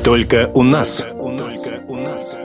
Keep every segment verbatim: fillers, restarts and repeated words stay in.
Только у нас. Только у нас.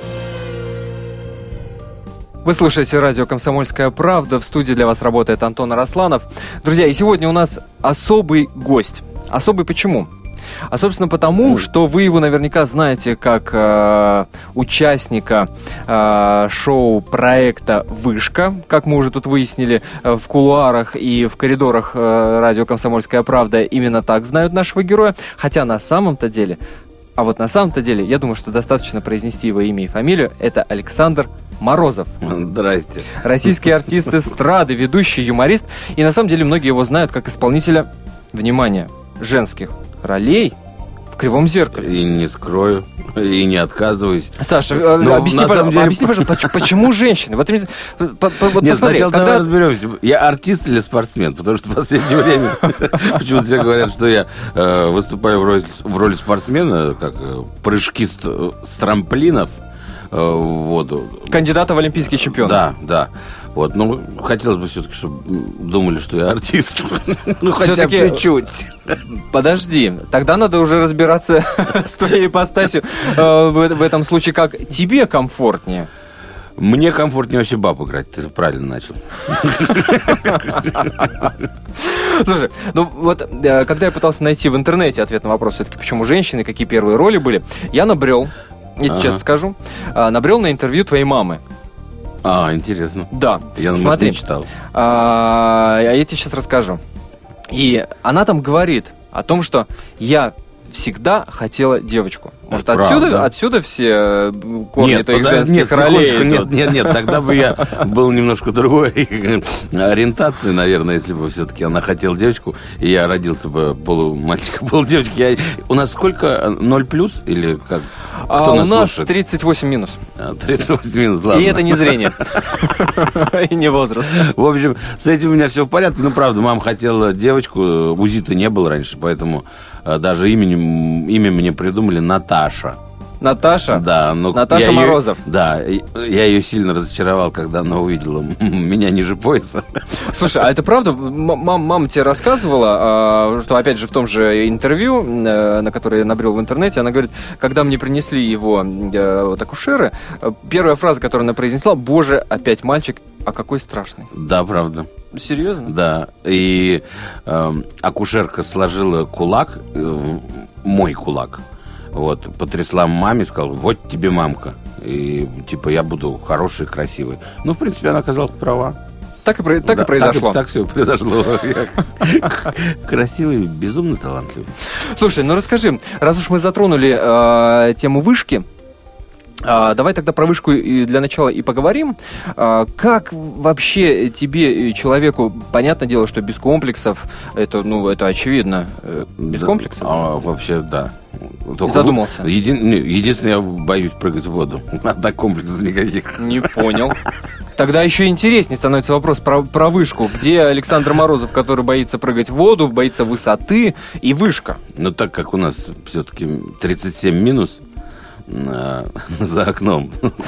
Вы слушаете радио «Комсомольская правда». В студии для вас работает Антон Арасланов. Друзья, и сегодня у нас особый гость. Особый почему? А, собственно, потому, что вы его наверняка знаете как э, участника э, шоу-проекта «Вышка», как мы уже тут выяснили, э, в кулуарах и в коридорах э, радио «Комсомольская правда» именно так знают нашего героя. Хотя на самом-то деле, а вот на самом-то деле, я думаю, что достаточно произнести его имя и фамилию. Это Александр Морозов. Здрасте. Российский артист эстрады, ведущий, юморист. И на самом деле многие его знают как исполнителя, внимание, женских ролей в «Кривом зеркале». И не скрою, и не отказываюсь. Саша, Но объясни, пожалуйста, деле... объясни, пожалуйста, почему женщины? Вот, вот Нет, посмотри, сначала когда... давай разберемся. Я артист или спортсмен? Потому что в последнее время почему-то все говорят, что я э, выступаю в роли, в роли спортсмена, как э, прыжки с, с трамплинов э, в воду. Кандидата в олимпийский чемпион. Да, да. Вот, ну, хотелось бы все-таки, чтобы думали, что я артист. Ну, хотя бы чуть-чуть. Подожди, тогда надо уже разбираться с твоей ипостасью. В этом случае, как тебе комфортнее? Мне комфортнее вообще баб играть, ты правильно начал. Слушай, ну вот, когда я пытался найти в интернете ответ на вопрос, все-таки, почему женщины, какие первые роли были, я набрел, я тебе честно скажу, набрел на интервью твоей мамы. А, интересно. Да. Я, Смотри, не читал. А, я тебе сейчас расскажу. И она там говорит о том, что я всегда хотела девочку. Может, отсюда, отсюда все корни нет, твоих подожди, женских нет, ролей? Нет, нет, нет, тогда бы я был немножко другой ориентации, наверное, если бы все-таки она хотела девочку, и я родился бы полумальчика, полудевочки. Я... У нас сколько? Ноль плюс? Или как? А у нас слушает? тридцать восемь минус. А, тридцать восемь минус, ладно. И это не зрение. И не возраст. В общем, с этим у меня все в порядке. Ну, правда, мама хотела девочку, УЗИ-то не было раньше, поэтому даже имя, имя мне придумали Наташа. Наташа? Да. Ну, Наташа Морозов. Ее, да, я ее сильно разочаровал, когда она увидела меня ниже пояса. Слушай, а это правда? Мама, мама тебе рассказывала, что, опять же, в том же интервью, на которое я набрел в интернете, она говорит, когда мне принесли его вот, акушеры, первая фраза, которую она произнесла: «Боже, опять мальчик, а какой страшный». Да, правда. Серьезно? Да. И э, акушерка сложила кулак, э, мой кулак, вот, потрясла маме, сказала: вот тебе мамка. И типа я буду хороший, красивый. Ну, в принципе, она оказалась права. Так и, так да, и произошло. Так, так все произошло. Красивый, безумно талантливый. Слушай, ну расскажи, раз уж мы затронули э, тему вышки, А, давай тогда про вышку и для начала и поговорим. А, как вообще тебе, человеку, понятное дело, что без комплексов, это, ну, это очевидно, без да, комплексов? А, вообще, да. Только задумался? В... Еди... Единственное, я боюсь прыгать в воду. А так комплексов никаких. Не понял. Тогда еще интереснее становится вопрос про, про вышку. Где Александр Морозов, который боится прыгать в воду, боится высоты, и вышка? Ну, так как у нас все-таки тридцать семь минус за окном.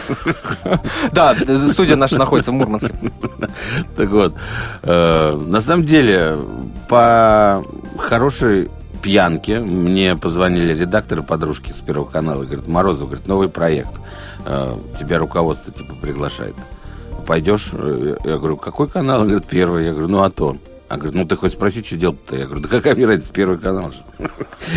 Да, студия наша находится в Мурманске. Так вот, на самом деле, по хорошей пьянке мне позвонили редакторы, подружки с Первого канала, и говорят: Морозов, говорит, новый проект, тебя руководство типа приглашает. Пойдешь? Я говорю: какой канал? Он говорит: Первый. Я говорю: ну, а то. А говорит: ну ты хоть спроси, что делать-то? Я говорю: да какая мне разница, Первый канал же.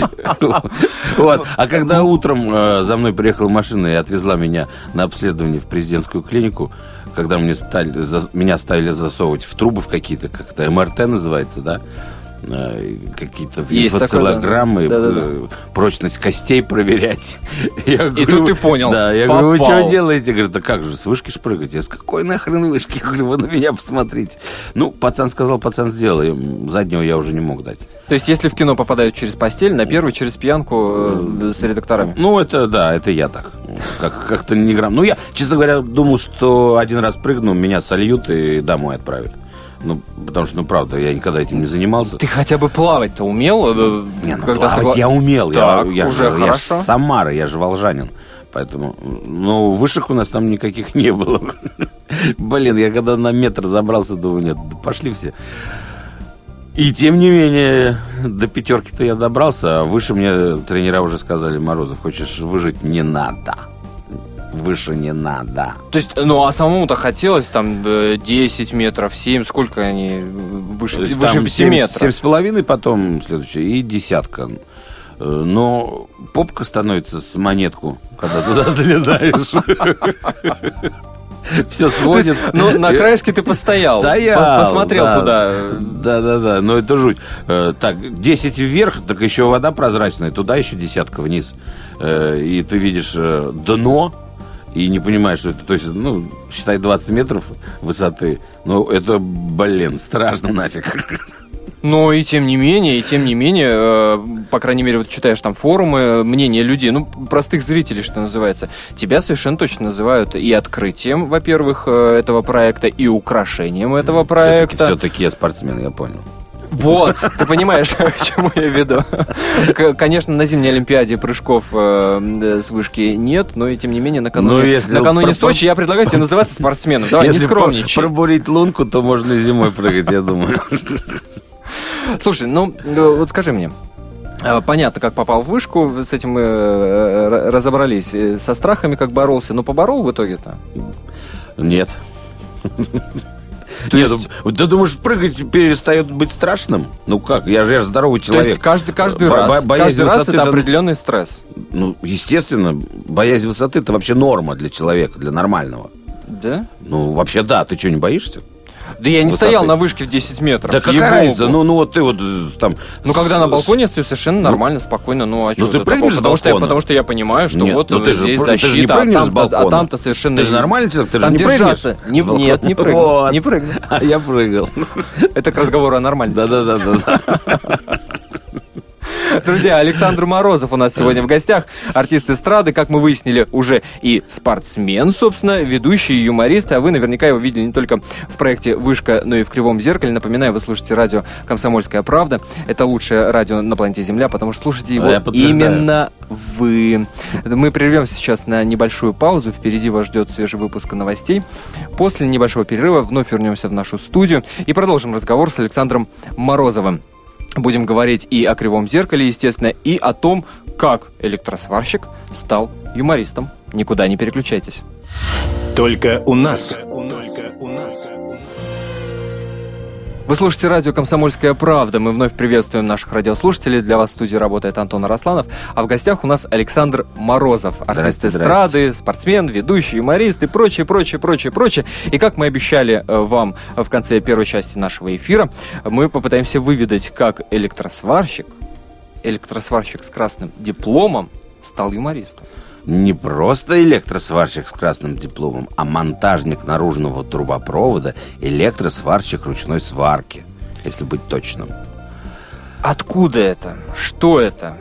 Вот. А когда утром э, за мной приехала машина и отвезла меня на обследование в президентскую клинику, когда мне стали, за, меня стали засовывать в трубы в какие-то, как это эм эр тэ называется, да, э, какие-то инфоциллограммы, да, да, да. э, прочность костей проверять. Я и говорю, тут ты понял. Да, я попал. Говорю: вы что делаете? Говорит: да как же, с вышки шпрыгать? Я: с какой нахрен вышки? Я говорю: вы на меня посмотрите. Ну, пацан сказал, пацан сделал. Заднего я уже не мог дать. То есть, если в кино попадают через постель, на первую через пьянку э, с редакторами? Ну, это, да, это я так. Как, как-то не грамм. Ну, я, честно говоря, думал, что один раз прыгну, меня сольют и домой отправят. Ну, потому что, ну, правда, я никогда этим не занимался. Ты хотя бы плавать-то умел? Не, ну, плавать согла... я умел. Так, я, я, уже я, хорошо. Я с Самары, я же волжанин. Поэтому, ну, вышек у нас там никаких не было. Блин, я когда на метр забрался, думаю: нет, пошли все. И тем не менее, до пятерки-то я добрался, а выше мне тренера уже сказали: Морозов, хочешь выжить, не надо. Выше не надо. То есть, ну, а самому-то хотелось там десять метров, семь, сколько они выше, выше пяти метров? семь с половиной, потом следующее, и десятка. Но попка становится с монетку, когда туда залезаешь. Все сводит. Ну, на краешке ты постоял. Стоял. Посмотрел да, туда. Да-да-да, но это жуть. Так, десять вверх, так еще вода прозрачная, туда еще десятка вниз. И ты видишь дно, и не понимаешь, что это. То есть, ну, считай, двадцать метров высоты. Ну, это, блин, страшно нафиг. Но и тем не менее, и тем не менее, э, по крайней мере, вот читаешь там форумы, мнения людей, ну, простых зрителей, что называется, тебя совершенно точно называют и открытием, во-первых, э, этого проекта, и украшением этого проекта. Все-таки, все-таки я спортсмен, я понял. Вот, ты понимаешь, к чему я веду. Конечно, на зимней Олимпиаде прыжков э, с вышки нет, но и тем не менее накануне, накануне про... Сочи я предлагаю тебе называться спортсменом. Давай, если не скромничай. Если пробурить лунку, то можно и зимой прыгать, я думаю. Слушай, ну вот скажи мне, понятно, как попал в вышку, с этим мы разобрались, со страхами как боролся, но поборол в итоге-то? Нет. То Нет, есть... Ты думаешь, прыгать перестает быть страшным? Ну как, я же, я же здоровый человек. То есть каждый, каждый Бо- раз, боязнь каждый раз высоты это да, определенный стресс? Ну, естественно, боязнь высоты — это вообще норма для человека, для нормального. Да? Ну, вообще да, ты что, не боишься? Да я не высоты. Стоял на вышке в десять метров. Да какая Ей-богу. разница? Ну, ну вот ты вот там... Ну, когда на балконе стою, совершенно нормально, спокойно. Ну, а что ты прыгнешь с потому что, я, балкона? потому что я понимаю, что Нет, вот ну ты же, здесь ты же не защита, прыгнешь а с там-то, балкона. а там-то совершенно... Ты же нормальный человек, ты там же не держаться. прыгнешь. Не, нет, не прыгну. Вот. Не прыгну. А я прыгал. Это к разговору о нормальности. Да-да-да. Друзья, Александр Морозов у нас сегодня в гостях, артист эстрады, как мы выяснили, уже и спортсмен, собственно, ведущий, юморист, а вы наверняка его видели не только в проекте «Вышка», но и в «Кривом зеркале». Напоминаю, вы слушаете радио «Комсомольская правда». Это лучшее радио на планете Земля, потому что слушаете его именно вы. Мы прервемся сейчас на небольшую паузу, впереди вас ждет свежий выпуск новостей. После небольшого перерыва вновь вернемся в нашу студию и продолжим разговор с Александром Морозовым. Будем говорить и о «Кривом зеркале», естественно, и о том, как электросварщик стал юмористом. Никуда не переключайтесь. Только у нас. Только у нас. Вы слушаете радио «Комсомольская правда». Мы вновь приветствуем наших радиослушателей. Для вас в студии работает Антон Арасланов. А в гостях у нас Александр Морозов, артист эстрады, спортсмен, ведущий, юморист и прочее, прочее, прочее, прочее. И как мы обещали вам в конце первой части нашего эфира, мы попытаемся выведать, как электросварщик, электросварщик с красным дипломом стал юмористом. Не просто электросварщик с красным дипломом, а монтажник наружного трубопровода, электросварщик ручной сварки, если быть точным. Откуда это? Что это?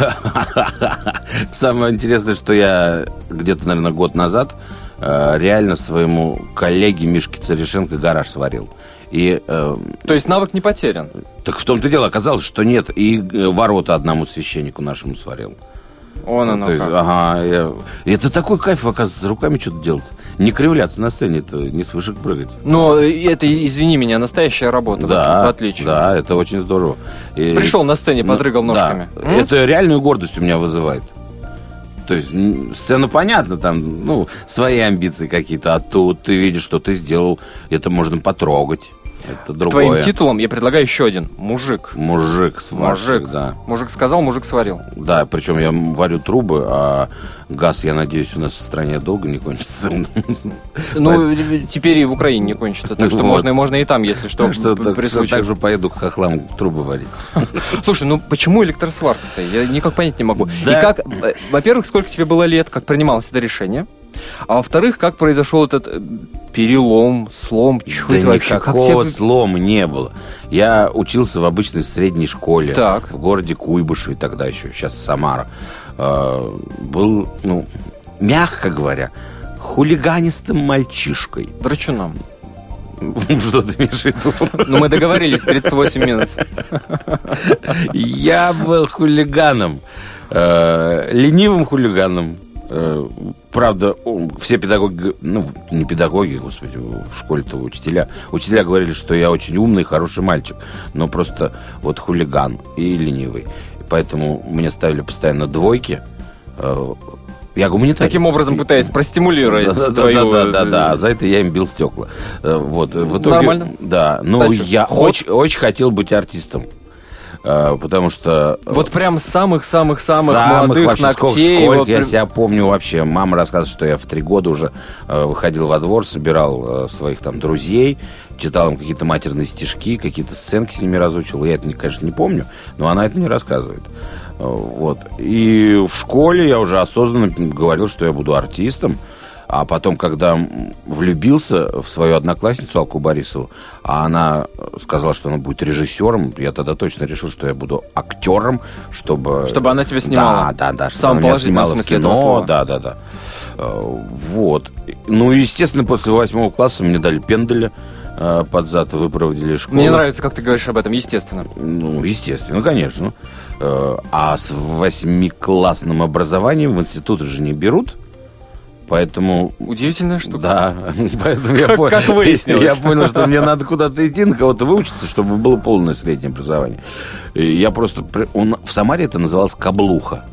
Самое интересное, что я где-то, наверное, год назад э, реально своему коллеге Мишке Царешенко гараж сварил. И, э, То есть навык не потерян? Так в том-то дело, оказалось, что нет. И э, ворота одному священнику нашему сварил. Он оно То есть, как. ага, я... Это такой кайф, оказывается, руками что-то делать. Не кривляться на сцене, это не с вышек прыгать. Но это, извини меня, настоящая работа, да, в отличие. Да, это очень здорово. И... Пришел на сцене, подрыгал ну, ножками. Да. Это реальную гордость у меня вызывает. То есть сцена, понятно, там, ну, свои амбиции какие-то, а тут ты видишь, что ты сделал, это можно потрогать. Это другое. Твоим титулом я предлагаю еще один. Мужик. Мужик сварщик, Мужик. да. Мужик сказал, мужик сварил. Да, причем я варю трубы, а газ, я надеюсь, у нас в стране долго не кончится. Ну, теперь и в Украине не кончится, так что можно, можно и там, если что, при случае. Так же поеду к хохлам трубы варить. Слушай, ну почему электросварка-то? Я никак понять не могу. И как, во-первых, сколько тебе было лет, как принималось это решение? А во-вторых, как произошел этот перелом, слом? Да никакого слома не было. Я учился в обычной средней школе. Так. В городе Куйбышеве тогда еще, сейчас Самара. Был, ну, мягко говоря, хулиганистым мальчишкой. Драчуном. Что ты имеешь в виду? Ну, мы договорились, тридцать восемь минут. Я был хулиганом. Ленивым хулиганом. Э, правда, все педагоги, ну, не педагоги, господи, в школе-то учителя. Учителя говорили, что я очень умный, хороший мальчик, но просто вот хулиган и ленивый. Поэтому мне ставили постоянно двойки. Я гуманитарий. Таким образом пытаясь простимулировать да, твою... Да, да, да, да, за это я им бил стекла. Вот, в итоге, нормально. Да, но Дальше. я очень, очень хотел быть артистом. Потому что... Вот прям с самых-самых-самых Самых молодых вообще, ногтей. Сколько, сколько его... я себя помню вообще. Мама рассказывает, что я в три года уже э, выходил во двор, собирал э, своих там друзей, читал им какие-то матерные стишки, какие-то сценки с ними разучил. Я это, конечно, не помню, но она это не рассказывает. Э, вот. И в школе я уже осознанно говорил, что я буду артистом. А потом, когда влюбился в свою одноклассницу Алку Борисову, а она сказала, что она будет режиссером, я тогда точно решил, что я буду актером, чтобы... Чтобы она тебя снимала. Да, да, да. В самом чтобы она меня снимала в кино. Да, да, да. Вот. Ну, естественно, после восьмого класса мне дали пенделя под зад, выпроводили из школы. Мне нравится, как ты говоришь об этом, естественно. Ну, естественно, конечно. А с восьмиклассным образованием в институт же не берут. Поэтому... Удивительная штука. Да. Поэтому я как, понял, как выяснилось. Я понял, что мне надо куда-то идти, на кого-то выучиться, чтобы было полное среднее образование. И я просто... Он, в Самаре это называлось каблуха.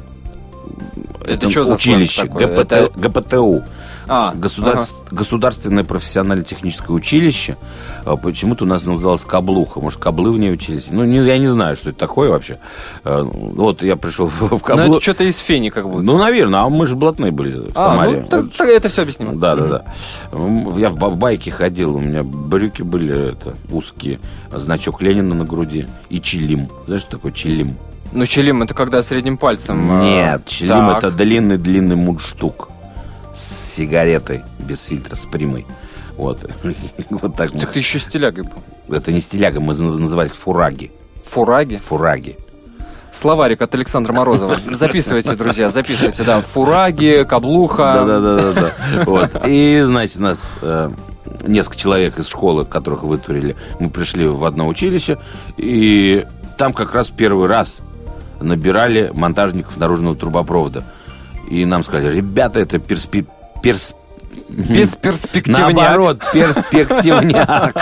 Это, это что за училище? такое? ГПТ, это... ГПТУ. А, Государств... ага. Государственное профессионально-техническое училище. Почему-то у нас называлось каблуха. Может, каблы в ней учились? Ну, не, я не знаю, что это такое вообще. Вот я пришел в каблу. Ну, это что-то из фени как будто. Ну, наверное. А мы же блатные были в а, Самаре. Ну, это, это все объяснимо. Да, да, да. Я в байке ходил. У меня брюки были это, узкие. Значок Ленина на груди. И чилим. Знаешь, что такое чилим? Ну, чилим это когда средним пальцем. Нет, чилим так. это длинный-длинный мундштук с сигаретой без фильтра, с примой. Вот. Вот так. Так ты еще стилягой был. Это не стиляга, мы назывались фураги. Фураги? Фураги. Словарик от Александра Морозова. Записывайте, друзья, записывайте, да. Фураги, каблуха. Да-да-да. Вот. И, значит, нас э, несколько человек из школы, которых вытурили, мы пришли в одно училище, и там как раз первый раз набирали монтажников наружного трубопровода. И нам сказали, ребята, это перспи... перс... Бесперспективняк. Наоборот, перспективняк.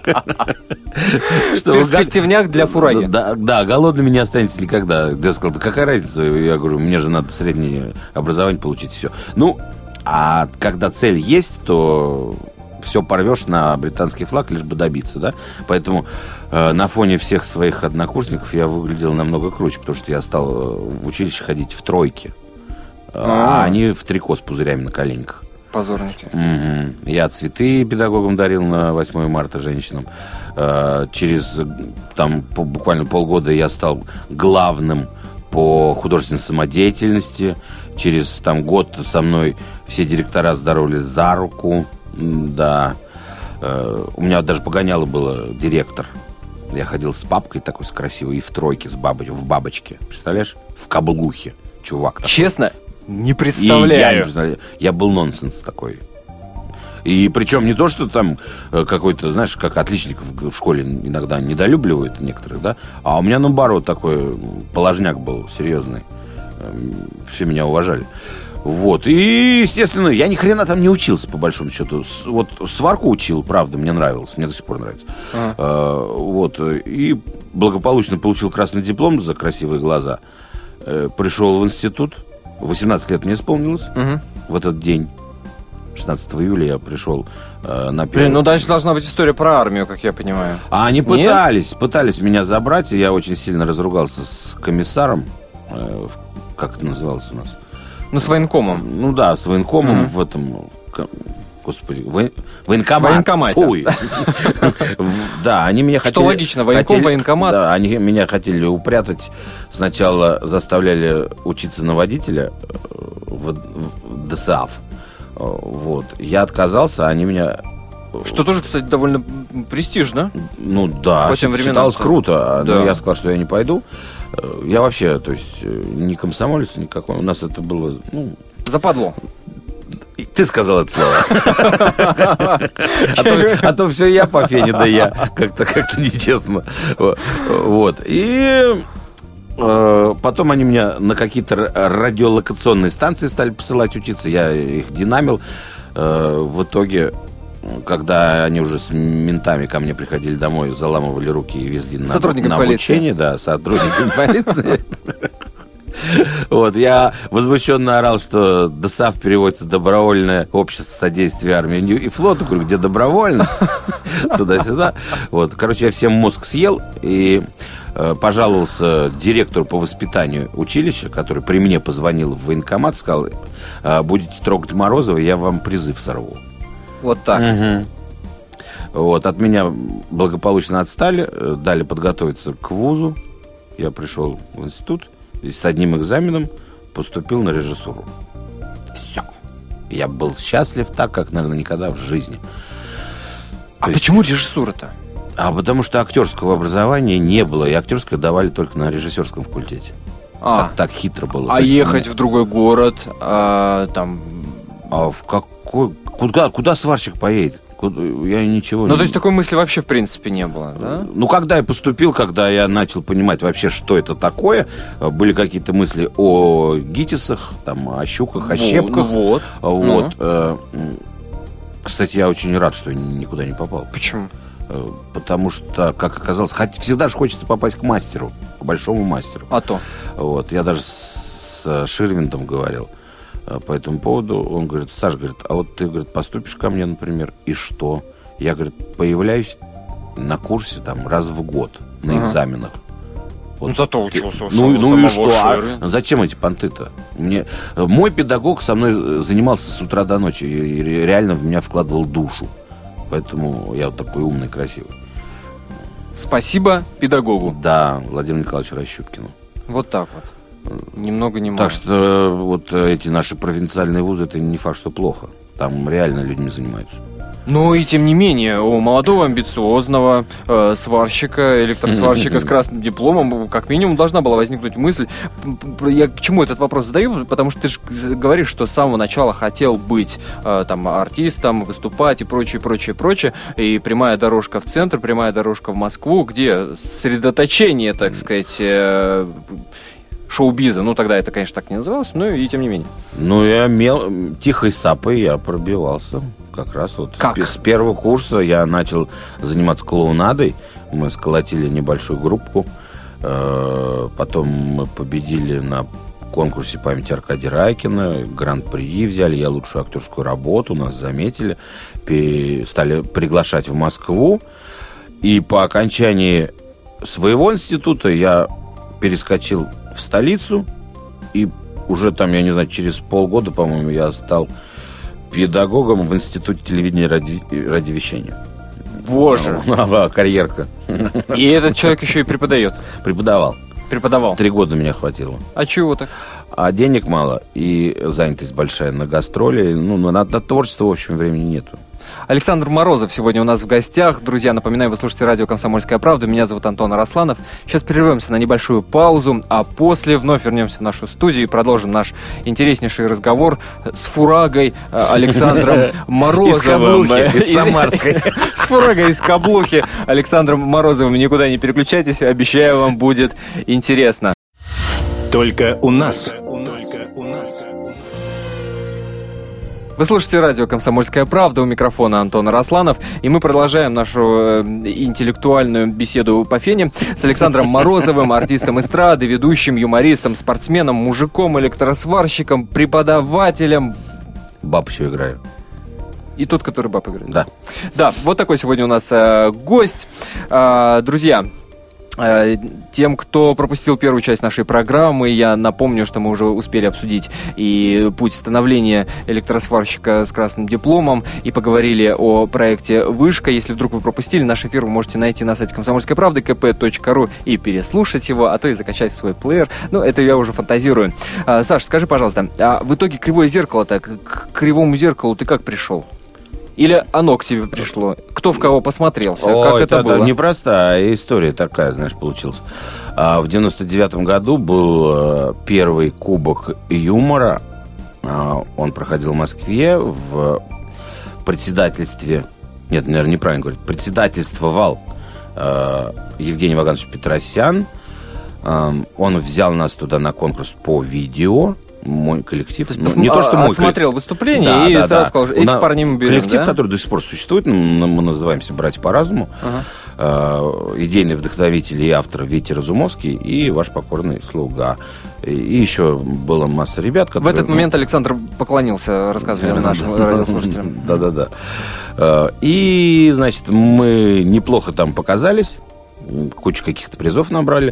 Перспективняк для фураги. Да, да, голодными не останетесь никогда. Я сказал, да какая разница? Я говорю, мне же надо среднее образование получить, и все. Ну, а когда цель есть, то все порвешь на британский флаг, лишь бы добиться, да? Поэтому э, на фоне всех своих однокурсников я выглядел намного круче, потому что я стал в училище ходить в тройке. А, а они в трико с пузырями на коленках. Позорники. Угу. Я цветы педагогам дарил на восьмое марта женщинам. Через там, буквально полгода я стал главным по художественной самодеятельности. Через там, год со мной все директора здоровались за руку. Да. У меня даже погоняло было директор. Я ходил с папкой такой, с красивой, и в тройке, с бабоч... в бабочке. Представляешь? В каблухе. Чувак такой. Честно? Не представляю. представляю. Я, не представляю. Я был нонсенс такой. И причем не то, что там какой-то, знаешь, как отличников в школе иногда недолюбливают некоторых, да, а у меня, наоборот, такой положняк был серьезный. Все меня уважали. Вот. И, естественно, я ни хрена там не учился, по большому счету. Вот сварку учил, правда, мне нравилось. Мне до сих пор нравится. А. А, вот. И благополучно получил красный диплом за красивые глаза. Пришел в институт. восемнадцать лет мне исполнилось угу. в этот день. шестнадцатого июля я пришел э, на первый... Блин, ну дальше должна быть история про армию, как я понимаю. А они пытались, Нет? пытались меня забрать, и я очень сильно разругался с комиссаром. Э, как это называлось у нас? Ну, с военкомом. Ну да, с военкомом угу. в этом... Господи, воен... военкомат. Военкомате. Ой. Да, они меня хотели... Что логично, военком, военкомат. Да, они меня хотели упрятать. Сначала заставляли учиться на водителя в ДСАФ. Вот. Я отказался, они меня... Что тоже, кстати, довольно престижно. Ну да, по тем временам считалось круто. Да. Но я сказал, что я не пойду. Я вообще, то есть, не комсомолец никакой. У нас это было... Ну... Западло. Ты сказал это слово. А то, а то все я по фене, да я. Как-то как-то нечестно. Вот. И Потом они меня на какие-то радиолокационные станции стали посылать учиться. Я их динамил. В итоге, когда они уже с ментами ко мне приходили домой, заламывали руки и везли на, на обучение, да, сотрудниками полиции. Вот, я возмущенно орал, что ДОСАФ переводится «Добровольное общество содействия армии и флоту». Говорю, где добровольно? Туда-сюда. Вот, короче, я всем мозг съел и э, пожаловался директору по воспитанию училища, который при мне позвонил в военкомат, сказал, э, будете трогать Морозова, я вам призыв сорву. Вот так. Угу. Вот, от меня благополучно отстали, дали подготовиться к вузу. Я пришел в институт. И с одним экзаменом поступил на режиссуру. Все. Я был счастлив так, как, наверное, никогда в жизни. А То почему есть... режиссура-то? А потому что актерского образования не было. И актерское давали только на режиссерском факультете. А. Так, так хитро было. А ехать в другой город, а, там... А в какой... Куда, куда сварщик поедет? Я ничего ну, не... то есть такой мысли вообще, в принципе, не было, да? Ну, когда я поступил, когда я начал понимать вообще, что это такое, были какие-то мысли о ГИТИСах, там, о щуках, о щепках. Вот. Вот. Ну. Кстати, я очень рад, что никуда не попал. Почему? Потому что, как оказалось, всегда же хочется попасть к мастеру, к большому мастеру. А то? Вот. Я даже с Ширвиндом говорил по этому поводу. Он говорит, Саш, говорит, а вот ты, говорит, поступишь ко мне, например, и что? Я, говорит, появляюсь на курсе там раз в год на ага. экзаменах. Вот. Ну, зато учился. Ну, ну и что? А зачем эти понты-то? Мне... Мой педагог со мной занимался с утра до ночи и реально в меня вкладывал душу. Поэтому я вот такой умный, красивый. Спасибо педагогу. Да, Владимиру Николаевичу Рощупкину. Вот так вот. Ни много ни мало. Так что вот эти наши провинциальные вузы, это не факт, что плохо. Там реально людьми занимаются. Ну и тем не менее, у молодого амбициозного э, сварщика, электросварщика с красным дипломом, как минимум, должна была возникнуть мысль. Я к чему этот вопрос задаю? Потому что ты же говоришь, что с самого начала хотел быть э, там артистом, выступать и прочее, прочее, прочее. И прямая дорожка в центр, прямая дорожка в Москву, где сосредоточение, так сказать, э, шоу-биза. Ну, тогда это, конечно, так не называлось, но и тем не менее. Ну, я мел... тихой сапой я пробивался. Как раз вот как? С первого курса я начал заниматься клоунадой. Мы сколотили небольшую группу. Потом мы победили на конкурсе памяти Аркадия Райкина. Гран-при взяли. Я лучшую актерскую работу. Нас заметили. Стали приглашать в Москву. И по окончании своего института я перескочил в столицу. И уже там, я не знаю, через полгода, по-моему, я стал педагогом в Институте телевидения и ради... радиовещания. Боже! Карьерка. И этот человек еще и преподает? Преподавал. Преподавал? Три года меня хватило. А чего так? А денег мало, и занятость большая на гастроли. Ну, на, на творчество, в общем, времени нету. Александр Морозов сегодня у нас в гостях. Друзья, напоминаю, вы слушаете радио «Комсомольская правда». Меня зовут Антон Арасланов. Сейчас прервемся на небольшую паузу, а после вновь вернемся в нашу студию и продолжим наш интереснейший разговор с фурагой Александром Морозовым. Из Каблухи, из Самарской. С фурагой из Каблухи Александром Морозовым. Никуда не переключайтесь, обещаю, вам будет интересно. Только у нас. Только у нас. Вы слушаете радио «Комсомольская правда», у микрофона Антон Арасланов, и мы продолжаем нашу э, интеллектуальную беседу по фене с Александром Морозовым, артистом эстрады, ведущим, юмористом, спортсменом, мужиком, электросварщиком, преподавателем. Баб еще играю. И тот, который баб играет. Да. Да, вот такой сегодня у нас э, гость. Э, друзья, тем, кто пропустил первую часть нашей программы, я напомню, что мы уже успели обсудить и путь становления электросварщика с красным дипломом, и поговорили о проекте «Вышка». Если вдруг вы пропустили наш эфир, вы можете найти на сайте «Комсомольской правды» ка пэ точка ру и переслушать его, а то и закачать в свой плеер. Ну, это я уже фантазирую. А, Саш, скажи, пожалуйста, а в итоге кривое зеркало-то, к кривому зеркалу ты как пришел? Или оно к тебе пришло? Кто в кого посмотрелся? Ой, как это, это было? Непростая история такая, знаешь, получилась. А, в девяносто девятом году был а, первый кубок юмора. А, он проходил в Москве в председательстве... Нет, наверное, неправильно говорить. Председательствовал а, Евгений Ваганович Петросян. Он взял нас туда на конкурс по видео. Мой коллектив. То ну, не то, что мой отсмотрел выступление да, и да, сразу да. сказал, этих на... парней мы берем, коллектив, да? который до сих пор существует, мы называемся «Братья по разуму». Ага. Э, идейный вдохновитель и автор Витя Разумовский и ваш покорный слуга. И, и еще была масса ребят, которые... В этот момент Александр поклонился, рассказывая нашим радиослушателям. Да-да-да. И, значит, мы неплохо там показались, кучу каких-то призов набрали.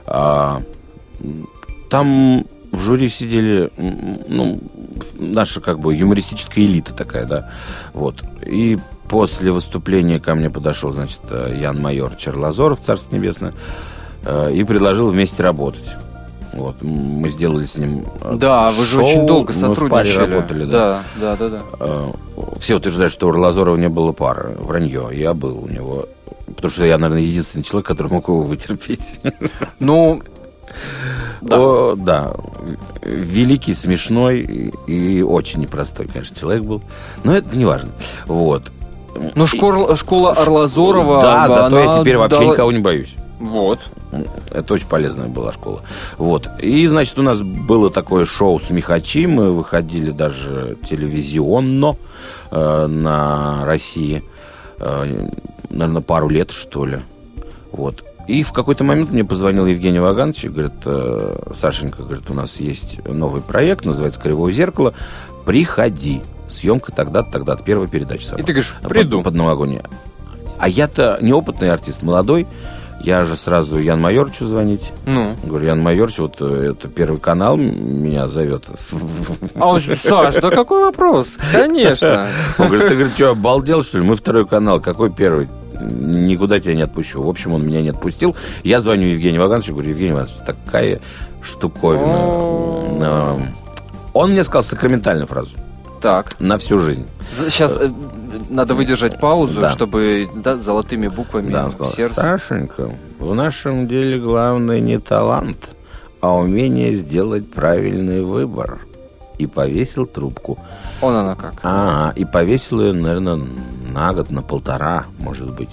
Там... В жюри сидели, ну, наша как бы юмористическая элита такая, да, вот. И после выступления ко мне подошел, значит, Ян-майор Черлазоров, Царство Небесное, и предложил вместе работать. Вот, мы сделали с ним Да, вы же шоу, очень долго сотрудничали. Мы в паре работали, да. Да, да, да, да. Все утверждают, что у Лазорова не было пары. Вранье. Я был у него. Потому что я, наверное, единственный человек, который мог его вытерпеть. Ну... Да. О, да, великий, смешной и, и очень непростой, конечно, человек был. Но это не важно. Вот. Ну, школа, школа Арлазорова... Да, зато я теперь вообще дала... никого не боюсь. Вот. Это очень полезная была школа. Вот. И, значит, у нас было такое шоу «Смехачи». Мы выходили даже телевизионно э, на России. Э, наверное, пару лет, что ли. Вот. И в какой-то момент мне позвонил Евгений Ваганович и говорит: Сашенька, говорит, у нас есть новый проект, называется «Кривое зеркало, приходи, съемка тогда-то, тогда-то, первая передача». И ты говоришь: приду. Под, под новогоднее. А я-то неопытный артист, молодой, я же сразу Ян Майоровичу звонить. Ну? Говорю: Ян Майорович, вот это Первый канал меня зовет. А он: Саш, да какой вопрос? Конечно. Он говорит: ты, говорит, что, обалдел, что ли? Мы Второй канал, какой Первый? Никуда тебя не отпущу. В общем, он меня не отпустил. Я звоню Евгению Вагановичу, говорю: Евгений Иванович, такая штуковина. Он мне сказал сакраментальную фразу. Так. На всю жизнь. Сейчас э, надо выдержать паузу, да. чтобы да, золотыми буквами да, в сердце. Сашенька, в нашем деле главное не талант, а умение сделать правильный выбор. И повесил трубку. Он она как? А, и повесил ее, наверное, на год, на полтора, может быть.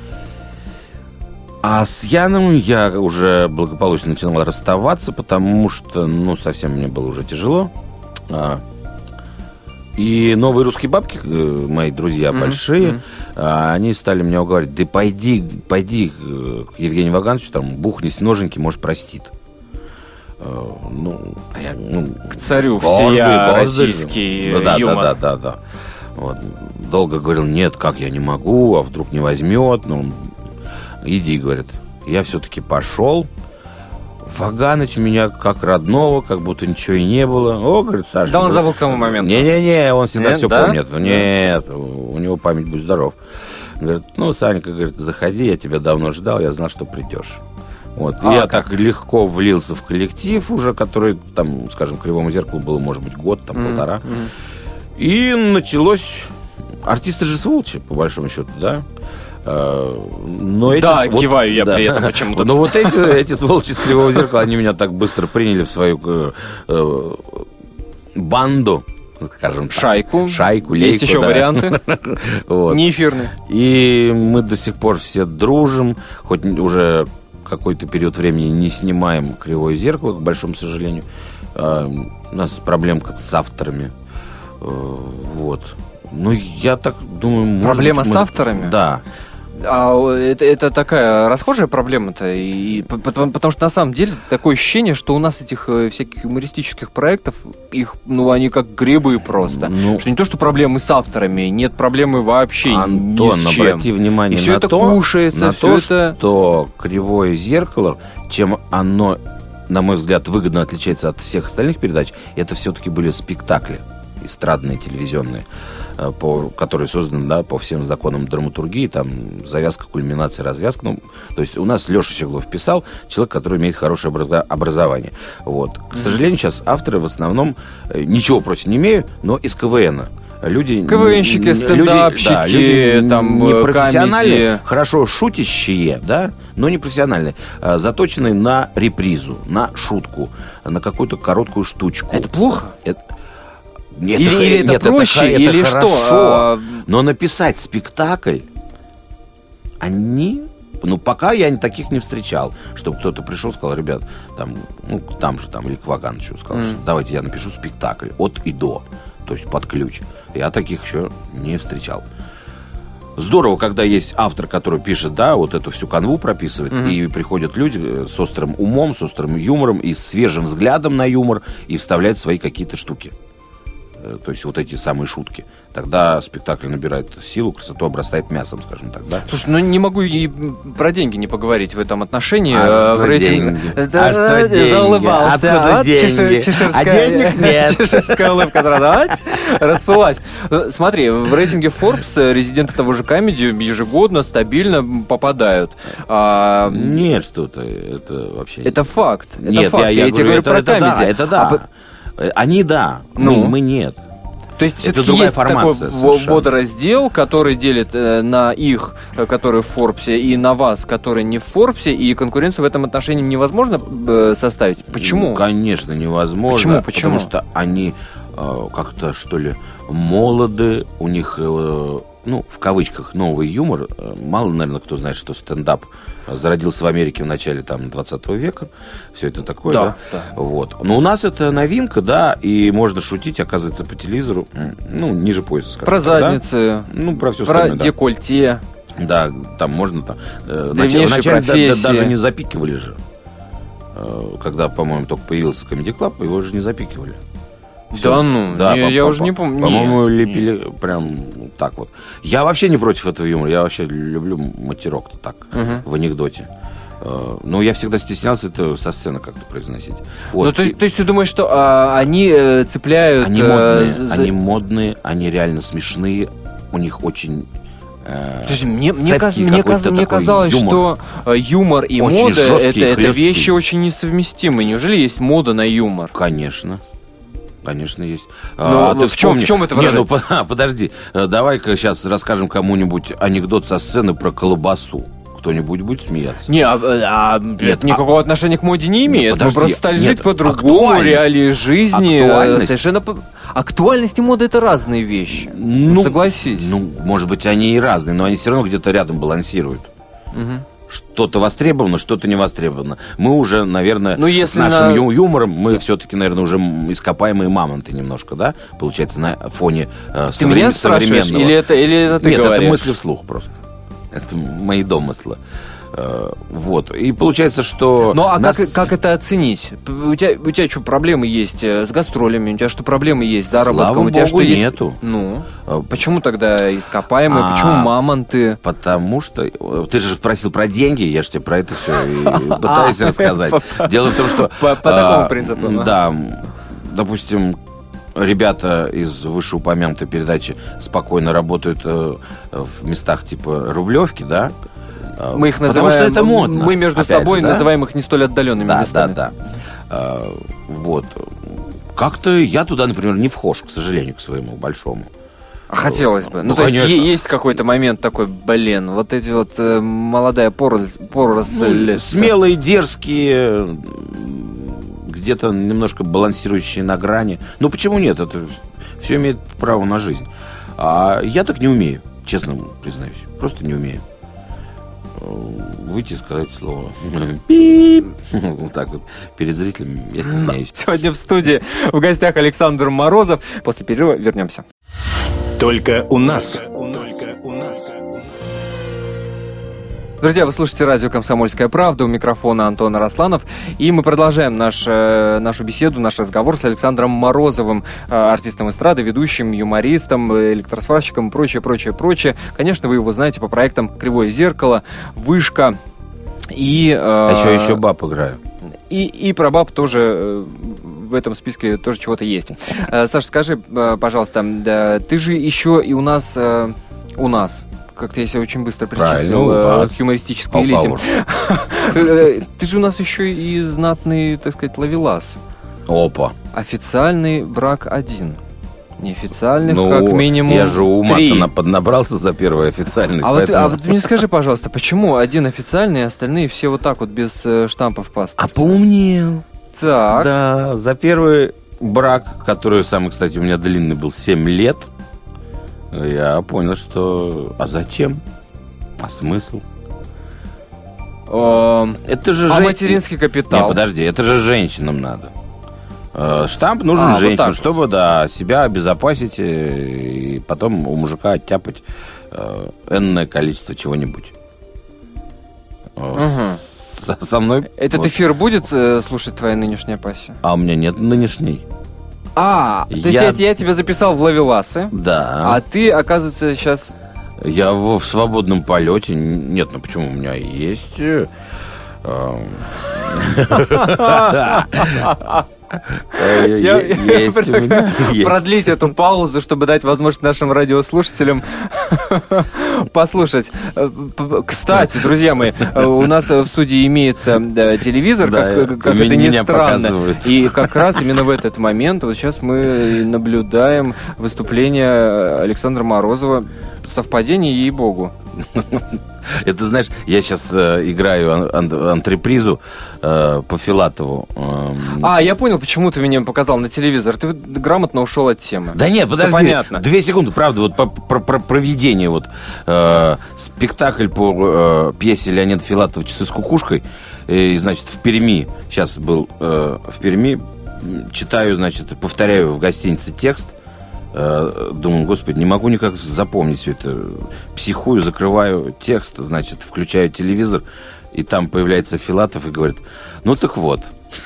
А с Яном я уже благополучно начинал расставаться, потому что, ну, совсем мне было уже тяжело. А, и новые русские бабки, мои друзья mm-hmm. большие, mm-hmm. а, они стали меня уговаривать: да пойди, пойди к Евгению Вагановичу, там, бухнись ноженьки, может, простит. Ну, я, ну, к царю всея российский да, юмор. Да, да, да, да. Вот. Долго говорил: нет, как я не могу, а вдруг не возьмет. Ну, иди, говорит. Я все-таки пошел. Ваганович меня как родного, как будто ничего и не было. О, говорит, Саша. Да он забыл к тому моменту. Не-не-не, он всегда нет, все да? помнит. Нет, у него память, будь здоров. Говорит: ну, Санька, говорит, заходи, я тебя давно ждал, я знал, что придешь. Вот. А, я как? так легко влился в коллектив уже, который, там, скажем, «Кривому зеркалу» было, может быть, год, там, mm-hmm. полтора. Mm-hmm. И началось... Артисты же сволочи, по большому счету, да? Но эти... Да, вот, киваю я да. при этом почему-то. Но вот эти, эти сволочи с «Кривого зеркала», они меня так быстро приняли в свою э, банду, скажем так. Шайку. Шайку, лейку. Есть еще да. варианты. Вот. Не эфирные. И мы до сих пор все дружим, хоть уже... какой-то период времени не снимаем «Кривое зеркало», к большому сожалению. Uh, у нас проблемка с авторами. Uh, вот. Ну, я так думаю... Проблема может быть, с мы... авторами? Да. А это, это такая расхожая проблема-то, и, потому, потому что на самом деле такое ощущение, что у нас этих всяких юмористических проектов, их, ну, они как грибы просто. Ну, что не то, что проблемы с авторами, нет проблемы вообще Антон, ни с чем. обрати внимание и все на это то, кушается, на все то, это... что «Кривое зеркало», чем оно, на мой взгляд, выгодно отличается от всех остальных передач, это все-таки были спектакли эстрадные, телевизионные, по, которые созданы, да, по всем законам драматургии, там завязка, кульминация, развязка. Ну, то есть у нас Леша Щеглов писал, человек, который имеет хорошее образа- образование. Вот. К сожалению, сейчас авторы в основном, ничего против не имею, но из КВНа. Люди, КВНщики, стендапщики, да, люди там, не профессиональные, камеди. Хорошо шутящие, да, но не профессиональные, а заточенные на репризу, на шутку, на какую-то короткую штучку. Это плохо? Это... Нет, или, это, или это нет, проще, это, или это что? А... Но написать спектакль они Ну, пока я таких не встречал, чтобы кто-то пришел и сказал, ребят, там, ну, там же, там, или к Вагановичу сказал, mm. что давайте я напишу спектакль от и до, то есть под ключ. Я таких еще не встречал. Здорово, когда есть автор, который пишет, да, вот эту всю канву прописывает, mm-hmm. и приходят люди с острым умом, с острым юмором и с свежим взглядом на юмор и вставляют свои какие-то штуки. То есть вот эти самые шутки. Тогда спектакль набирает силу, красоту обрастает мясом, скажем так, да? Слушай, ну не могу и про деньги не поговорить в этом отношении. А в что рейтинг... деньги? А что деньги? Заулыбался. Откуда Вот деньги? чешир, чеширская... А денег нет. Чеширская улыбка сразу расплылась. Смотри, в рейтинге Forbes резиденты того же Comedy ежегодно стабильно попадают. А... Нет, что-то, это вообще... Это факт. Это нет, факт. я, я, я тебе говорю это, про это Comedy. Да, это да. А... Они да, ну? мы, мы нет. То есть это все-таки есть такой совершенно. водораздел, который делит э, на их, которые в Форбсе, и на вас, которые не в Форбсе, и конкуренцию в этом отношении невозможно э, составить. Почему? Ну, конечно, невозможно. Почему? Почему? Потому что они э, как-то, что ли, молоды, у них, э, ну, в кавычках, новый юмор. Мало, наверное, кто знает, что стендап зародился в Америке в начале там, двадцатого века. Все это такое, да? да? да. Вот. Но у нас это новинка, да, и можно шутить, оказывается, по телевизору, ну, ниже пояса, скажем. Про так, задницы, да? Ну, про все про остальное, декольте. Да. да, там можно там. Э, Древнейшие вначале профессии. да, даже не запикивали же. Э, когда, по-моему, только появился Comedy Club, его же не запикивали. Все. Да ну, да, не, по, я по, уже по, не помню. По-моему, не, лепили не. прям так вот. Я вообще не против этого юмора, я вообще люблю матерок-то так, угу. в анекдоте. Но я всегда стеснялся это со сцены как-то произносить. Вот. Ну, то, то есть ты думаешь, что а, они э, цепляют... Они модные, э, за... они модные, они реально смешные, у них очень... Подожди, мне, мне, каз, мне, каз, мне казалось, юмор. что юмор и очень мода это, это хлесткий. вещи очень несовместимые. Неужели есть мода на юмор? Конечно. Конечно, есть. Но, а, но ты в, чем, в чем это выражает? Не, ну, подожди, давай-ка сейчас расскажем кому-нибудь анекдот со сцены про колбасу. Кто-нибудь будет смеяться? Не, а, а нет, никакого а... отношения к моде не имеет. Нет, подожди, мы просто стали нет, жить по-другому, реалии жизни. Актуальность. Совершенно по... Актуальность и мода — это разные вещи. Ну, согласись. Ну, может быть, они и разные, но они все равно где-то рядом балансируют. Угу. Что-то востребовано, что-то не востребовано. Мы уже, наверное, ну, если с нашим на... юмором, мы да. все-таки, наверное, уже ископаемые мамонты немножко, да? Получается, на фоне э, ты меня современного. Или это, или это ты Нет, говоришь? это мысли вслух просто. Это мои домыслы. Вот. И получается, что... Ну, а нас... как, как это оценить? У тебя, у тебя что, проблемы есть с гастролями? У тебя что, проблемы есть с заработком? Слава у тебя богу, что есть... нету. Ну, почему тогда ископаемые? А, почему мамонты? Потому что... Ты же спросил про деньги, я же тебе про это все и пытаюсь рассказать. Дело в том, что... По такому принципу. Да, допустим... Ребята из вышеупомянутой передачи спокойно работают э, в местах типа Рублевки, да? Мы их называем... Потому что это модно. Мы между Опять собой же, да? называем их не столь отдаленными да, местами. Да, да, да. Вот. Как-то я туда, например, не вхож, к сожалению, к своему большому. А хотелось бы. Ну, ну то конечно. есть есть какой-то момент такой, блин, вот эти вот э, молодая поросль... поросль ну, смелые, дерзкие... где-то немножко балансирующие на грани. Ну, почему нет? Это все имеет право на жизнь. А я так не умею, честно признаюсь. Просто не умею. Выйти и сказать слово. Пип. Вот так вот. Перед зрителями я стесняюсь. Сегодня в студии в гостях Александр Морозов. После перерыва вернемся. Только у нас. Только у нас. Друзья, вы слушаете радио «Комсомольская правда», у микрофона Антон Арасланов, и мы продолжаем наш, нашу беседу, наш разговор с Александром Морозовым, артистом эстрады, ведущим, юмористом, электросварщиком и прочее, прочее, прочее. Конечно, вы его знаете по проектам «Кривое зеркало», «Вышка» и... А еще, еще баб играю. И, и про баб тоже в этом списке тоже чего-то есть. Саша, скажи, пожалуйста, ты же еще и у нас... У нас... Как-то я себя очень быстро причислил э, к юмористической элите. Ты же у нас еще и знатный, так сказать, ловелас. Опа. Официальный брак один. Неофициальных, ну, как минимум, я же три. ума-то поднабрался за первый официальный. А, поэтому... вот, а вот мне скажи, пожалуйста, почему один официальный, а остальные все вот так вот, без э, штампа в паспорте? А поумнел. Так. Да, за первый брак, который самый, кстати, у меня длинный был, семь лет, я понял, что... А зачем? А смысл? Э, Это же а жен- материнский капитал? Не, подожди, это же женщинам надо. Э, Штамп нужен А, вот женщинам, так чтобы да, себя обезопасить э, и потом у мужика оттяпать э, энное количество чего-нибудь. Э, Угу. Со, со мной. Этот вот. эфир будет э, слушать твоя нынешняя пассия? А у меня нет нынешней. А, то есть Я- я, я тебя записал в ловеласы, Да. а ты, оказывается, сейчас... Я в, в свободном полете. Нет, ну почему у меня есть. э, э, Я- е- Есть у меня. есть. Продлить эту паузу, чтобы дать возможность нашим радиослушателям послушать. Э, п- Кстати, друзья мои, э, у нас э, в студии имеется да, телевизор, Да, как, как меня- это ни меня странно. показывают. И как раз именно в этот момент, вот сейчас мы наблюдаем выступление Александра Морозова. Совпадение, ей-богу. Это, знаешь, я сейчас э, играю ан- ан- антрепризу э, по Филатову. эм. А, я понял, почему ты меня показал на телевизор. Ты грамотно ушел от темы. Да нет, Всё подожди, понятно. две секунды, правда, вот по- про, про проведение, вот э, спектакль по э, пьесе Леонида Филатова «Часы с кукушкой», и, значит, в Перми, сейчас был э, в Перми, м, читаю, значит, повторяю в гостинице текст, э, думаю, господи, не могу никак запомнить все это, психую, закрываю текст, значит, включаю телевизор, и там появляется Филатов и говорит, ну так вот.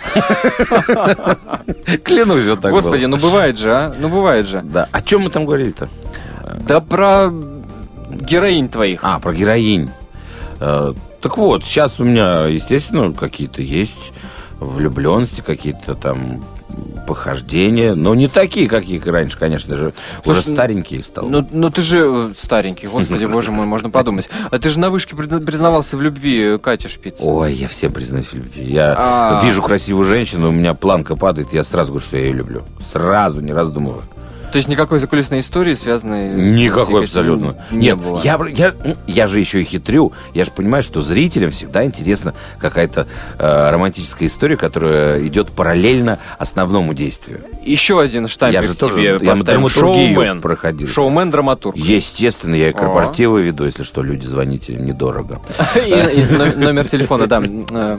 Клянусь, вот так Господи, было. ну бывает же, а? Ну бывает же. Да. О чем мы там говорили-то? Да про героинь твоих. А, про героинь. Э, так вот, сейчас у меня, естественно, какие-то есть влюбленности, какие-то там похождения, но не такие, какие раньше, конечно же, уже Слушай, старенькие стал. Ну, ну ты же э, старенький, господи, боже мой, можно подумать. А ты же на вышке при- признавался в любви Кате Шпиц. Ой, я всем признаюсь в любви. Я А. вижу красивую женщину, у меня планка падает, я сразу говорю, что я ее люблю. Сразу, не раздумываю. То есть никакой закулисной истории, связанной... Никакой с Екатериной, абсолютно. не Нет, было. я, я, я же еще и хитрю. Я же понимаю, что зрителям всегда интересна какая-то э, романтическая история, которая идет параллельно основному действию. Еще один штампик Я же тоже- тебе я поставим. драматургию Шоумен. проходил. Шоумен-драматург. Естественно, я и О. корпоративы веду, если что, люди, звоните, недорого. И- и но- Номер телефона, да. Э,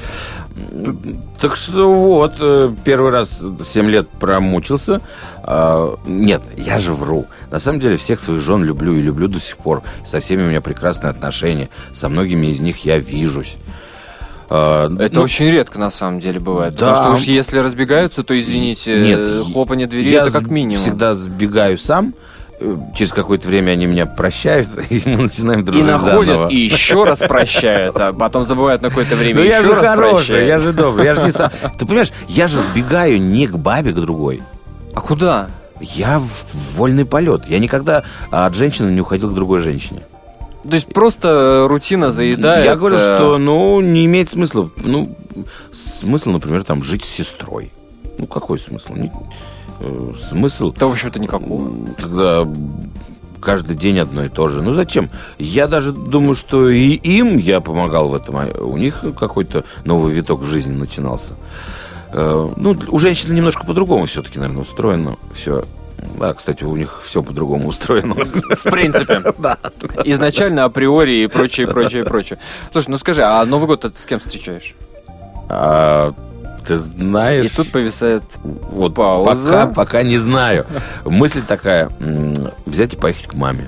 Так что вот, э, первый раз семь лет промучился. А, Нет, я же вру. На самом деле всех своих жен люблю и люблю до сих пор. Со всеми у меня прекрасные отношения. Со многими из них я вижусь. А, Это ну, очень редко, на самом деле, бывает. Да. Потому что уж если разбегаются, то, извините, Нет, э, хлопанье двери я это как с- минимум. всегда сбегаю сам. Э, Через какое-то время они меня прощают, и мы начинаем И дружить находят, заново. и еще раз прощают, а потом забывают на какое-то время, Ну и я еще же раз хороший, прощают. я же добрый, я же не сам. Ты понимаешь, я же сбегаю не к бабе, к другой. А куда? Я в вольный полет. Я никогда от женщины не уходил к другой женщине. То есть просто рутина заедает. Я говорю, э, что, ну, не имеет смысла. Ну, смысл, например, там, жить с сестрой. Ну, какой смысл? Не- э, смысл, Да, в общем-то, никакого. когда каждый день одно и то же. Ну, зачем? Я даже думаю, что и им я помогал в этом. А у них какой-то новый виток в жизни начинался. Э, Ну, у женщины немножко по-другому все-таки, наверное, устроено все. Да, кстати, у них все по-другому устроено. В принципе. Изначально, априори и прочее, прочее, прочее. Слушай, ну скажи, а Новый год ты с кем встречаешь? А, ты знаешь... И тут повисает Вот пауза. Пока, пока не знаю. Мысль такая, м, взять и поехать к маме.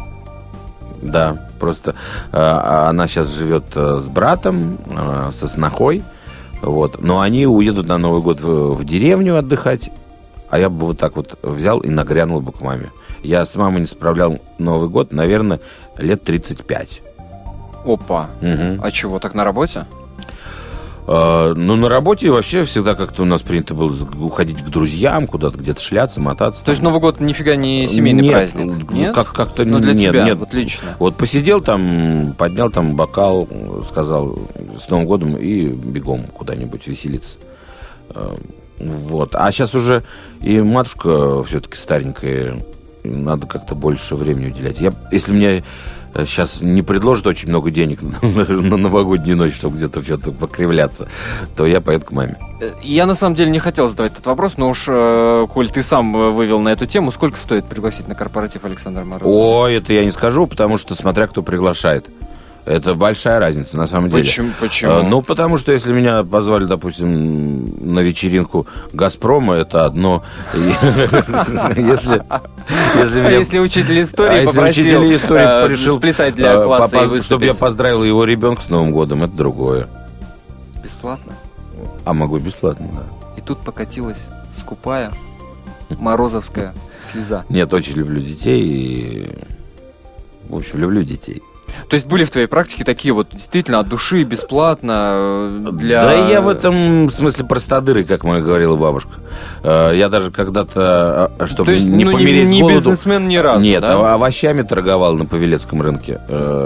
Да, просто э, она сейчас живет э, с братом, э, со снохой, вот. Но они уедут на Новый год в, в деревню отдыхать, а я бы вот так вот взял и нагрянул бы к маме. Я с мамой не справлял Новый год, наверное, лет тридцать пять. Опа. Мгм. А чего, так на работе? Э, Ну, на работе вообще всегда как-то у нас принято было уходить к друзьям, куда-то где-то шляться, мотаться. То есть Новый год нифига не семейный Нет, праздник? ну, Нет? Как, как-то Ну, для нет, тебя, нет. вот лично. Вот посидел там, поднял там бокал, сказал с Новым годом и бегом куда-нибудь веселиться. Э, Вот. А сейчас уже и матушка все-таки старенькая, надо как-то больше времени уделять. Я, если мне сейчас не предложат очень много денег на новогоднюю ночь, чтобы где-то что-то покривляться, то я поеду к маме. Я на самом деле не хотел задавать этот вопрос, но уж, э, коль ты сам э, вывел на эту тему, сколько стоит пригласить на корпоратив Александра Морозова? Ой, это я не скажу, потому что смотря кто приглашает. Это большая разница, на самом деле. Почему? Почему? Ну, потому что если меня позвали, допустим, на вечеринку «Газпрома», это одно. Если если учитель истории попросил сплясать для класса и выступить. Чтобы я поздравил его ребенка с Новым годом, это другое. Бесплатно? А могу бесплатно, да. И тут покатилась скупая морозовская слеза. Нет, очень люблю детей и... В общем, люблю детей. То есть были в твоей практике такие вот действительно от души, бесплатно для... Да я в этом смысле простодырый, как моя говорила бабушка. Я даже когда-то, чтобы То есть, не ну, помереть не, с голоду... не бизнесмен ни разу, Нет, да? овощами торговал на Павелецком рынке.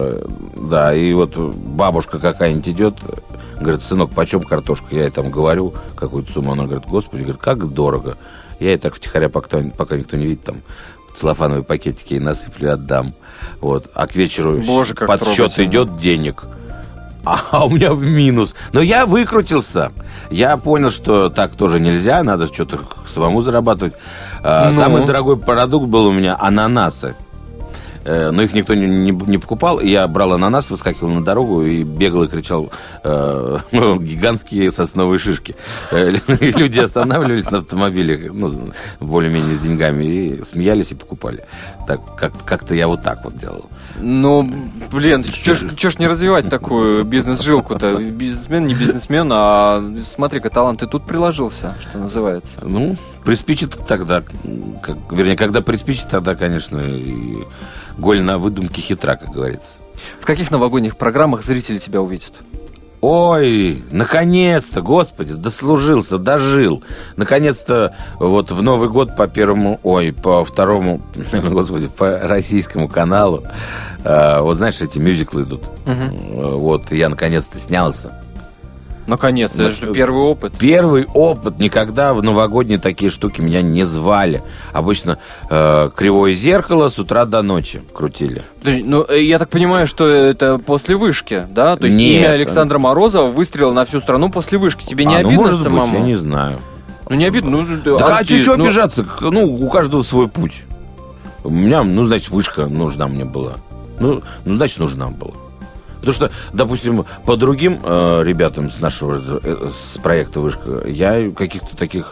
Да, и вот бабушка какая-нибудь идет, говорит: сынок, почем картошка? Я ей там говорю какую-то сумму. Она говорит: господи, говорит, как дорого. Я ей так втихаря, пока, пока никто не видит, там целлофановые пакетики и насыплю, отдам. Вот. А к вечеру Боже, подсчет идет денег. А, а у меня в минус. Но я выкрутился. Я понял, что так тоже нельзя. Надо что-то самому зарабатывать. Ну. Самый дорогой продукт был у меня ананасы. Но их никто не, не, не покупал. И я брал ананас, выскакивал на дорогу и бегал и кричал э, гигантские сосновые шишки. И люди останавливались на автомобилях, ну, более-менее с деньгами, и смеялись и покупали. Так, как, как-то я вот так вот делал. Ну, блин, чё ж, чё ж не развивать такую бизнес-жилку-то? Бизнесмен, не бизнесмен, а смотри-ка, талант и тут приложился, что называется. Ну, приспичит тогда, как, вернее, когда приспичит, тогда, конечно, и голь на выдумке хитра, как говорится. В каких новогодних программах зрители тебя увидят? Ой, наконец-то, господи, дослужился, дожил. Наконец-то вот в Новый год по первому, ой, по второму, господи, по российскому каналу, э, вот знаешь, эти мюзиклы идут. Угу. Вот, я наконец-то снялся. Наконец-то, это же первый опыт. Первый опыт. Никогда в новогодние такие штуки меня не звали. Обычно э, «Кривое зеркало» с утра до ночи крутили. Подожди, ну, я так понимаю, что это после вышки, да? То есть Нет. имя Александра Морозова выстрелило на всю страну после вышки. Тебе не а, обидно ну, может самому? быть, я не знаю. Ну, не обидно? Ну, да, артист, а что ну... обижаться? Ну, у каждого свой путь. У меня, ну, значит, вышка нужна мне была. Ну, ну значит, нужна была. Потому что, допустим, по другим э, ребятам с нашего э, с проекта «Вышка» я каких-то таких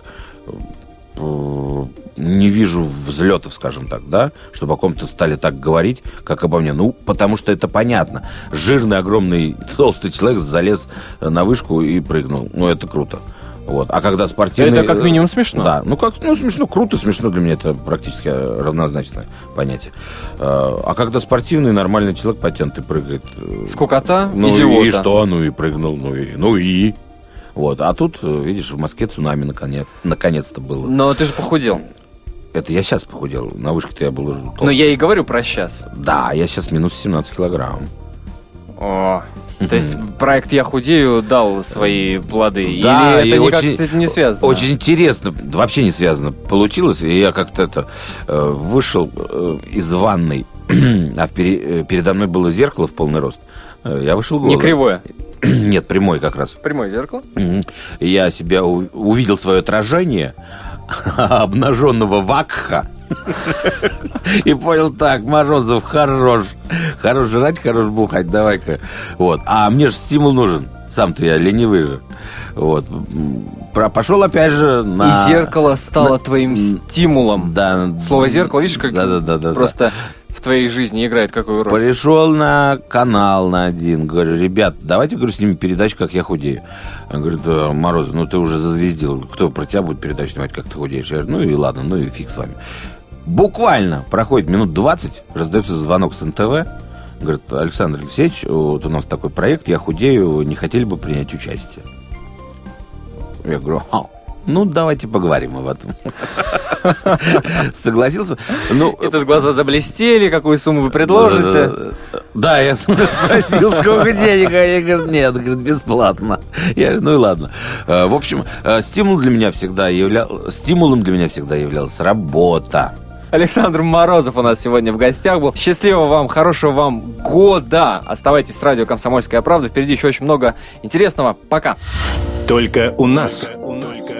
э, не вижу взлетов, скажем так, да, чтобы о ком-то стали так говорить, как обо мне. Ну, потому что это понятно. Жирный, огромный, толстый человек залез на вышку и прыгнул. Ну, это круто. Вот. А когда спортивный... Это как минимум смешно. Да, ну как, ну смешно, круто, смешно для меня, это практически равнозначное понятие. А когда спортивный, нормальный человек потянутый прыгает... Скукота, ну, идиота. И что? Ну и прыгнул, ну и... Ну и... Вот. А тут, видишь, в Москве цунами наконец, наконец-то было. Но ты же похудел. Это я сейчас похудел, на вышке-то я был... Толстый. Но я и говорю про сейчас. Да, я сейчас минус семнадцать килограмм. О, то есть проект «Я худею» дал свои плоды? Да, или это никак очень, с этим не связано? Очень интересно, вообще не связано получилось. И я как-то это э, вышел э, из ванной, а впери, передо мной было зеркало в полный рост. Я вышел голый. Не кривое? Нет, прямой как раз. Прямое зеркало? Я себя у, увидел свое отражение обнаженного вакха. И понял, так, Морозов хорош. Хорош жрать, хорош бухать, давай-ка. Вот. А мне же стимул нужен. Сам-то я ленивый же. Вот. Пошел опять же на... И зеркало стало на... твоим стимулом. Да. Слово «зеркало», видишь, как да, да, да, да, просто да. в твоей жизни играет какую роль? Пришел на канал на один. Говорю: ребят, давайте, говорю, снимем передачу, как я худею. Он говорит: да, Морозов, ну ты уже зазвездил. Кто про тебя будет передачу снимать, как ты худеешь? Я говорю: ну и ладно, ну и фиг с вами. Буквально проходит минут двадцать, раздается звонок с эн тэ вэ. Говорит: Александр Алексеевич, вот у нас такой проект, я худею, не хотели бы принять участие? Я говорю: а, ну давайте поговорим об этом. Согласился. Ну, и тут глаза заблестели, какую сумму вы предложите? Да, я спросил, сколько денег, а я говорю: нет, говорит, бесплатно. Я говорю: ну и ладно. В общем, стимул для меня всегда являл, стимулом для меня всегда являлась работа. Александр Морозов у нас сегодня в гостях был. Счастливого вам, хорошего вам года. Оставайтесь с радио «Комсомольская правда». Впереди еще очень много интересного. Пока. Только у нас. Только